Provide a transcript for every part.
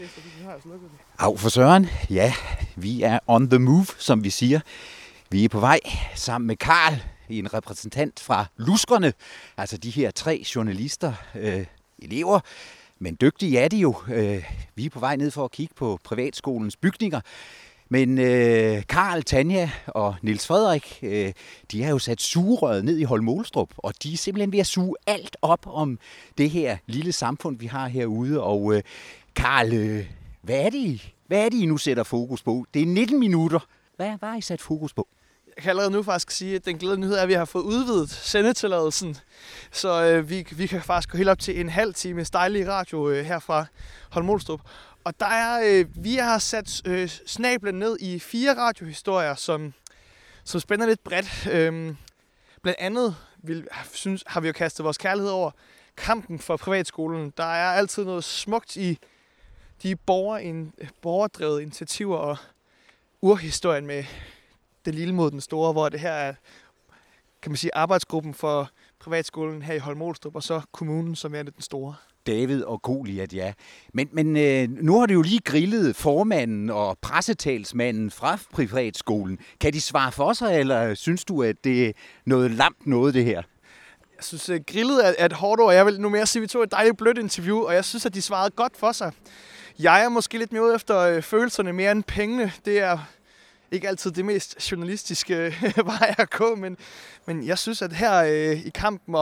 Av for Søren. Ja, vi er on the move, som vi siger. Vi er på vej sammen med Karl, en repræsentant fra Luskerne. Altså de her 3 journalister, elever, men dygtige er de jo. Vi er på vej ned for at kigge på privatskolens bygninger. Men Karl, Tanja og Niels Frederik, de har jo sat sugerøret ned i Holme-Olstrup, og de er simpelthen ved at suge alt op om det her lille samfund, vi har herude. Og Karl, hvad er det, I nu sætter fokus på? Det er 19 minutter. Hvad har I sat fokus på? Jeg kan allerede nu faktisk sige, at den glædelige nyhed er, at vi har fået udvidet sendetilladelsen. Så vi kan faktisk gå helt op til en halv times dejlig radio her fra Holme-Olstrup. Og vi har sat snablen ned i 4 radiohistorier, som spænder lidt bredt. Blandt andet har vi jo kastet vores kærlighed over kampen for privatskolen. Der er altid noget smukt i de borgerdrevede initiativer og urhistorien med den lille mod den store, hvor det her er, kan man sige, arbejdsgruppen for privatskolen her i Holme-Olstrup, og så kommunen, som er den store. David og Goliat, ja. Men nu har det jo lige grillet formanden og pressetalsmanden fra privatskolen. Kan de svare for sig, eller synes du, at det er noget lamt noget, det her? Jeg synes, grillet er et hårdt ord. Jeg vil nu mere sige, at vi tog et dejligt blødt interview, og jeg synes, at de svarede godt for sig. Jeg er måske lidt mere ude efter følelserne mere end pengene. Det er ikke altid det mest journalistiske vej at gå, men jeg synes, at her i kampen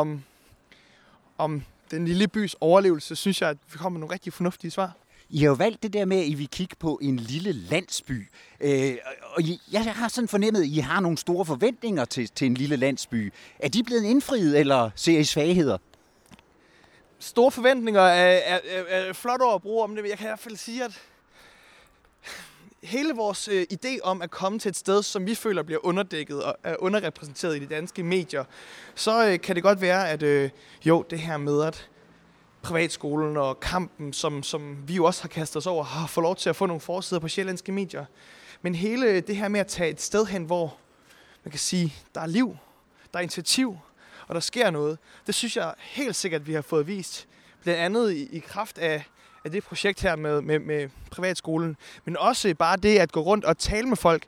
om den lille bys overlevelse, synes jeg, at vi kommer med nogle rigtig fornuftige svar. I har jo valgt det der med, at I vil kigge på en lille landsby. Og jeg har sådan fornemmet, at I har nogle store forventninger til en lille landsby. Er de blevet indfriet, eller ser I svagheder? Store forventninger er flot ord at bruge om det, men jeg kan i hvert fald sige, at hele vores idé om at komme til et sted, som vi føler bliver underdækket og er underrepræsenteret i de danske medier, så kan det godt være, at det her med, at privatskolen og kampen, som vi jo også har kastet os over, har fået lov til at få nogle forsider på sjællandske medier. Men hele det her med at tage et sted hen, hvor man kan sige, der er liv, der er initiativ, og der sker noget, det synes jeg helt sikkert, vi har fået vist. Blandt andet i kraft af det projekt her med privatskolen, men også bare det at gå rundt og tale med folk.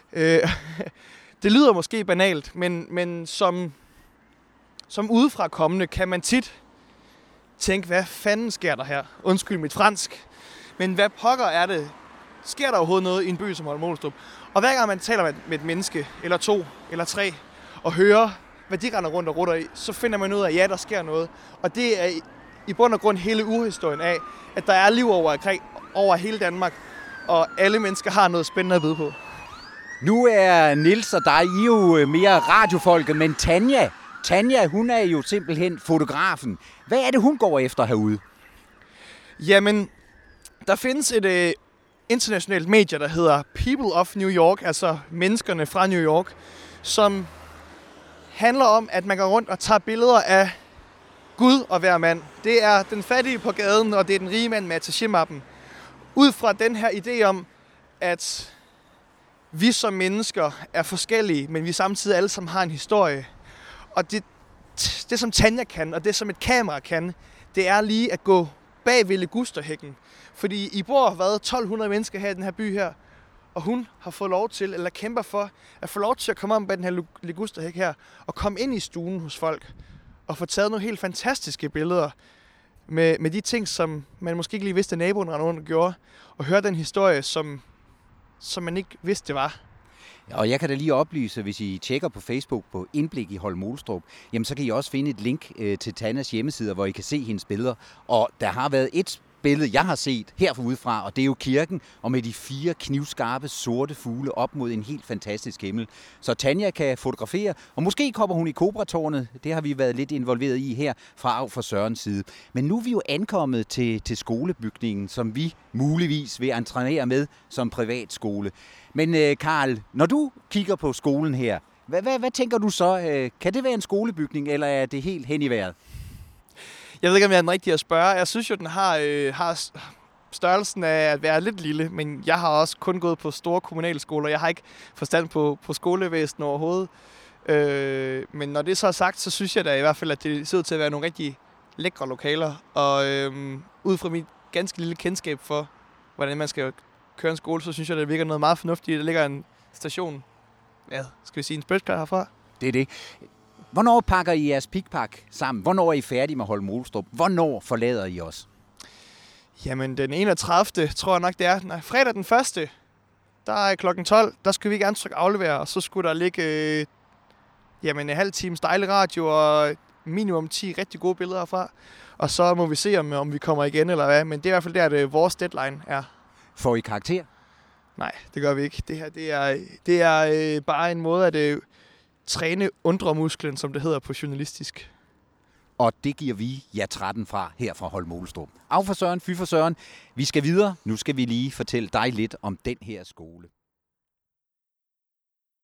Det lyder måske banalt, men som udefra kommende kan man tit tænke, hvad fanden sker der her? Undskyld mit fransk. Men hvad pokker er det? Sker der overhovedet noget i en by som Holme-Olstrup? Og hver gang man taler med et menneske, eller 2, eller 3, og hører, hvad de render rundt og rutter i, så finder man ud af, at ja, der sker noget. Og det er i bund og grund hele urhistorien af, at der er liv over hele Danmark, og alle mennesker har noget spændende at vide på. Nu er Niels og dig, I er jo mere radiofolket, men Tanja, hun er jo simpelthen fotografen. Hvad er det, hun går efter herude? Jamen, der findes et internationalt medie, der hedder People of New York, altså menneskerne fra New York, som handler om, at man går rundt og tager billeder af Gud og hver mand. Det er den fattige på gaden, og det er den rige mand med attaché-mappen. Ud fra den her idé om, at vi som mennesker er forskellige, men vi samtidig alle sammen har en historie. Og det som Tanja kan, og det som et kamera kan, det er lige at gå bag ved ligusterhækken. Fordi I bor 1200 mennesker her i den her by her, og hun har fået lov til, eller kæmper for, at få lov til at komme om bag den her ligusterhæk her, og komme ind i stuen hos folk, og få taget nogle helt fantastiske billeder med de ting, som man måske ikke lige vidste, at naboen rendte rundt og gjorde, og høre den historie, som man ikke vidste, det var. Og jeg kan da lige oplyse, hvis I tjekker på Facebook på Indblik i Holme-Olstrup, jamen så kan I også finde et link til Tanjas hjemmeside, hvor I kan se hendes billeder. Og der har været et billede, jeg har set herudefra, og det er jo kirken, og med de 4 knivskarpe sorte fugle op mod en helt fantastisk himmel. Så Tanja kan fotografere, og måske kommer hun i Cobra-tårnet. Det har vi været lidt involveret i her fra Av for Sørens side. Men nu er vi jo ankommet til skolebygningen, som vi muligvis vil entraînere med som privatskole. Men Karl, når du kigger på skolen her, hvad tænker du så? Kan det være en skolebygning, eller er det helt hen i vejret? Jeg ved ikke, om jeg er den rigtige at spørge. Jeg synes jo, den har størrelsen af at være lidt lille, men jeg har også kun gået på store kommunale skoler. Jeg har ikke forstand på skolevæsenet overhovedet. Men når det så er sagt, så synes jeg da i hvert fald, at det ser ud til at være nogle rigtig lækre lokaler. Og ud fra mit ganske lille kendskab for hvordan man skal køre en skole, så synes jeg, det virker noget meget fornuftigt. Der ligger en station, ja, skal vi sige en spørgsmål herfra. Det er det. Hvornår pakker I jeres pikpak sammen? Hvornår er I færdige med Holme Olstrup? Hvornår forlader I os? Jamen, den 31. tror jeg nok, det er. Nej, fredag den 1. Der er klokken 12. Der skal vi gerne trykke aflevere, og så skulle der ligge en halv times dejlig radio og minimum 10 rigtig gode billeder herfra. Og så må vi se, om vi kommer igen eller hvad. Men det er i hvert fald der, det vores deadline er. Får I karakter? Nej, det gør vi ikke. Det her, det er bare en måde at træne undremusklen, som det hedder på journalistisk. Og det giver vi ja 13 fra her fra Holme Olstrup. Af for Søren, fy for Søren. Vi skal videre. Nu skal vi lige fortælle dig lidt om den her skole.